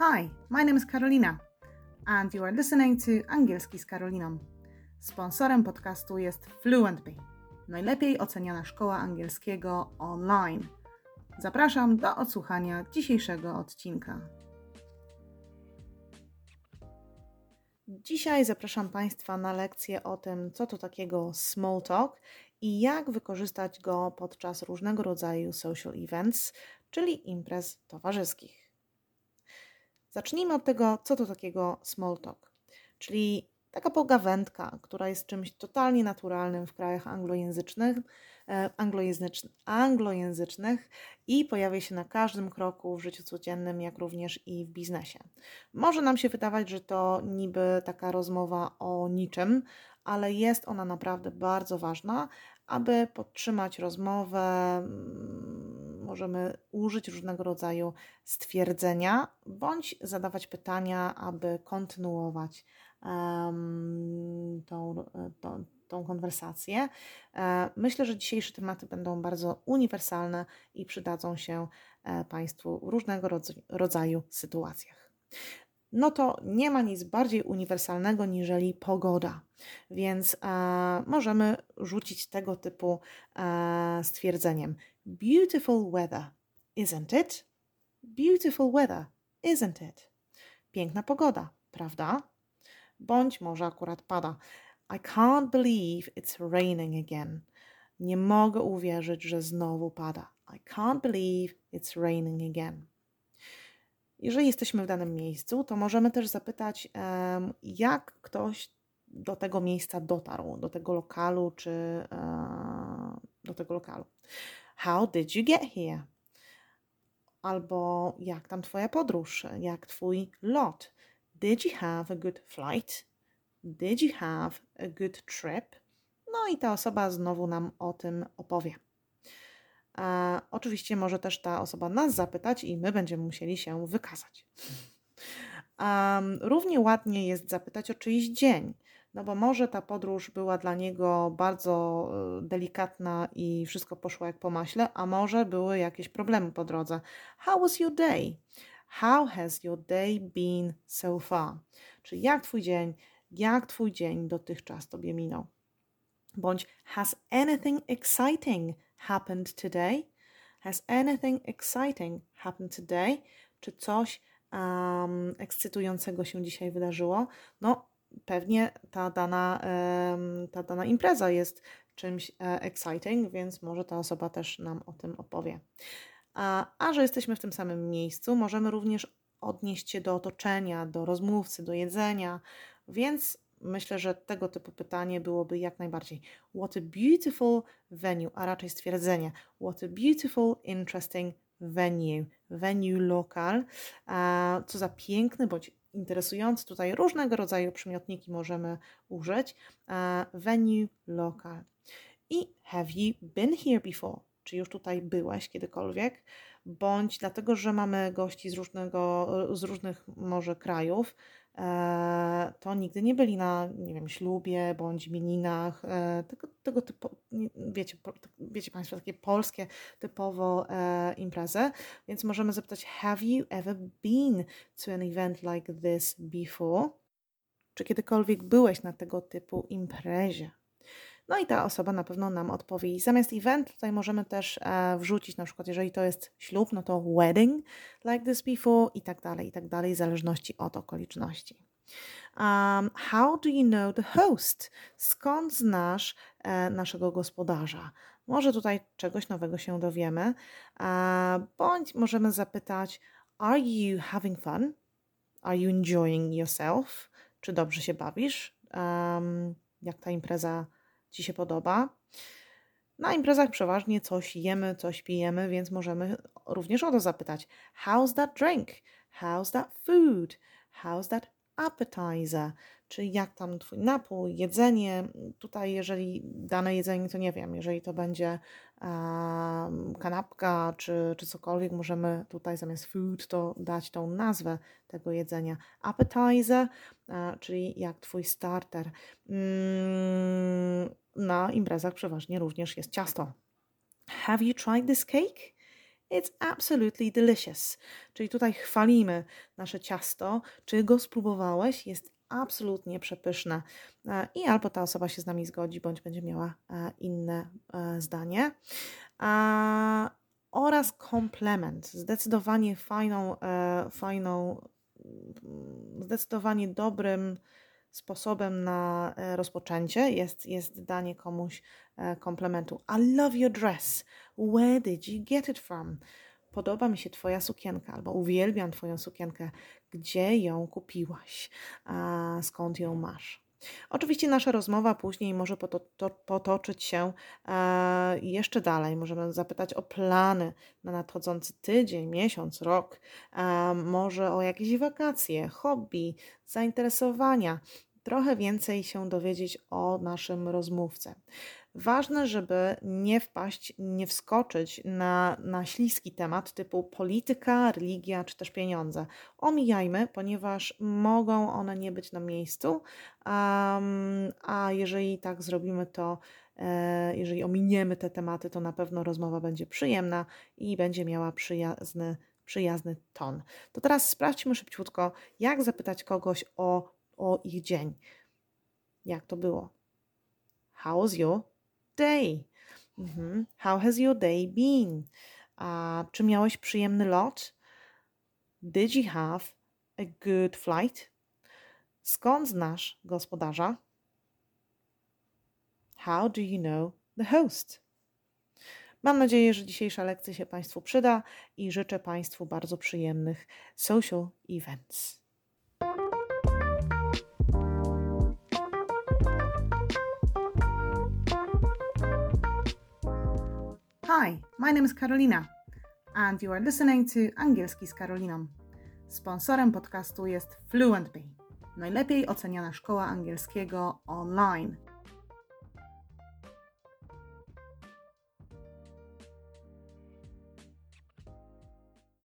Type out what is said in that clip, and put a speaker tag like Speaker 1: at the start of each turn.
Speaker 1: Hi, my name is Karolina and you are listening to Angielski z Karoliną. Sponsorem podcastu jest Fluentby, najlepiej oceniana szkoła angielskiego online. Zapraszam do odsłuchania dzisiejszego odcinka. Dzisiaj zapraszam Państwa na lekcję o tym, co to takiego small talk i jak wykorzystać go podczas różnego rodzaju social events, czyli imprez towarzyskich. Zacznijmy od tego, co to takiego small talk, czyli taka pogawędka, która jest czymś totalnie naturalnym w krajach anglojęzycznych i pojawia się na każdym kroku w życiu codziennym, jak również i w biznesie. Może nam się wydawać, że to niby taka rozmowa o niczym, ale jest ona naprawdę bardzo ważna. Aby podtrzymać rozmowę, możemy użyć różnego rodzaju stwierdzenia bądź zadawać pytania, aby kontynuować tą konwersację. Myślę, że dzisiejsze tematy będą bardzo uniwersalne i przydadzą się Państwu w różnego rodzaju sytuacjach. No to nie ma nic bardziej uniwersalnego niżeli pogoda, więc możemy rzucić tego typu stwierdzeniem. Beautiful weather, isn't it? Beautiful weather, isn't it? Piękna pogoda, prawda? Bądź może akurat pada. I can't believe it's raining again. Nie mogę uwierzyć, że znowu pada. I can't believe it's raining again. Jeżeli jesteśmy w danym miejscu, to możemy też zapytać, jak ktoś do tego miejsca dotarł, do tego lokalu, czy do tego lokalu. How did you get here? Albo jak tam Twoja podróż, jak Twój lot. Did you have a good flight? Did you have a good trip? No i ta osoba znowu nam o tym opowie. Oczywiście może też ta osoba nas zapytać i my będziemy musieli się wykazać. Równie ładnie jest zapytać o czyjś dzień, no bo może ta podróż była dla niego bardzo delikatna i wszystko poszło jak po maśle, a może były jakieś problemy po drodze. How was your day? How has your day been so far? Czyli jak Twój dzień dotychczas Tobie minął? Bądź has anything exciting happened today? Has anything exciting happened today? Czy coś ekscytującego się dzisiaj wydarzyło? No pewnie ta dana impreza jest czymś exciting, więc może ta osoba też nam o tym opowie. A że jesteśmy w tym samym miejscu, możemy również odnieść się do otoczenia, do rozmówcy, do jedzenia, więc myślę, że tego typu pytanie byłoby jak najbardziej. What a beautiful venue, a raczej stwierdzenie. What a beautiful, interesting venue. Venue lokal. Co za piękny bądź interesujący. Tutaj różnego rodzaju przymiotniki możemy użyć. Venue lokal. I have you been here before? Czy już tutaj byłeś kiedykolwiek? Bądź dlatego, że mamy gości z różnych może krajów, to nigdy nie byli na, nie wiem, ślubie bądź imieninach, tego typu, wiecie Państwo, takie polskie typowo imprezy, więc możemy zapytać, have you ever been to an event like this before? Czy kiedykolwiek byłeś na tego typu imprezie? No i ta osoba na pewno nam odpowie. I zamiast event tutaj możemy też wrzucić, na przykład jeżeli to jest ślub, no to wedding like this before i tak dalej, w zależności od okoliczności. How do you know the host? Skąd znasz naszego gospodarza? Może tutaj czegoś nowego się dowiemy, bądź możemy zapytać, are you having fun? Are you enjoying yourself? Czy dobrze się bawisz? Jak ta impreza Ci się podoba? Na imprezach przeważnie coś jemy, coś pijemy, więc możemy również o to zapytać. How's that drink? How's that food? How's that appetizer? Czyli jak tam Twój napój, jedzenie? Tutaj jeżeli dane jedzenie, to nie wiem, jeżeli to będzie kanapka czy cokolwiek, możemy tutaj zamiast food to dać tą nazwę tego jedzenia. Appetizer, czyli jak Twój starter. Na imprezach przeważnie również jest ciasto. Have you tried this cake? It's absolutely delicious. Czyli tutaj chwalimy nasze ciasto. Czy go spróbowałeś? Jest absolutnie przepyszne. I albo ta osoba się z nami zgodzi, bądź będzie miała inne zdanie. Oraz komplement. Zdecydowanie zdecydowanie dobrym sposobem na rozpoczęcie jest danie komuś komplementu. I love your dress. Where did you get it from? Podoba mi się Twoja sukienka, albo uwielbiam Twoją sukienkę. Gdzie ją kupiłaś? Skąd ją masz? Oczywiście nasza rozmowa później może potoczyć się jeszcze dalej. Możemy zapytać o plany na nadchodzący tydzień, miesiąc, rok, może o jakieś wakacje, hobby, zainteresowania. Trochę więcej się dowiedzieć o naszym rozmówcy. Ważne, żeby nie wskoczyć na śliski temat typu polityka, religia czy też pieniądze. Omijajmy, ponieważ mogą one nie być na miejscu, a jeżeli tak zrobimy, to jeżeli ominiemy te tematy, to na pewno rozmowa będzie przyjemna i będzie miała przyjazny ton. To teraz sprawdźmy szybciutko, jak zapytać kogoś o ich dzień. Jak to było? How's your day? How has your day been? Czy miałeś przyjemny lot? Did you have a good flight? Skąd znasz gospodarza? How do you know the host? Mam nadzieję, że dzisiejsza lekcja się Państwu przyda i życzę Państwu bardzo przyjemnych social events. Hi, my name is Karolina and you are listening to Angielski z Karoliną. Sponsorem podcastu jest Fluentby, najlepiej oceniana szkoła angielskiego online.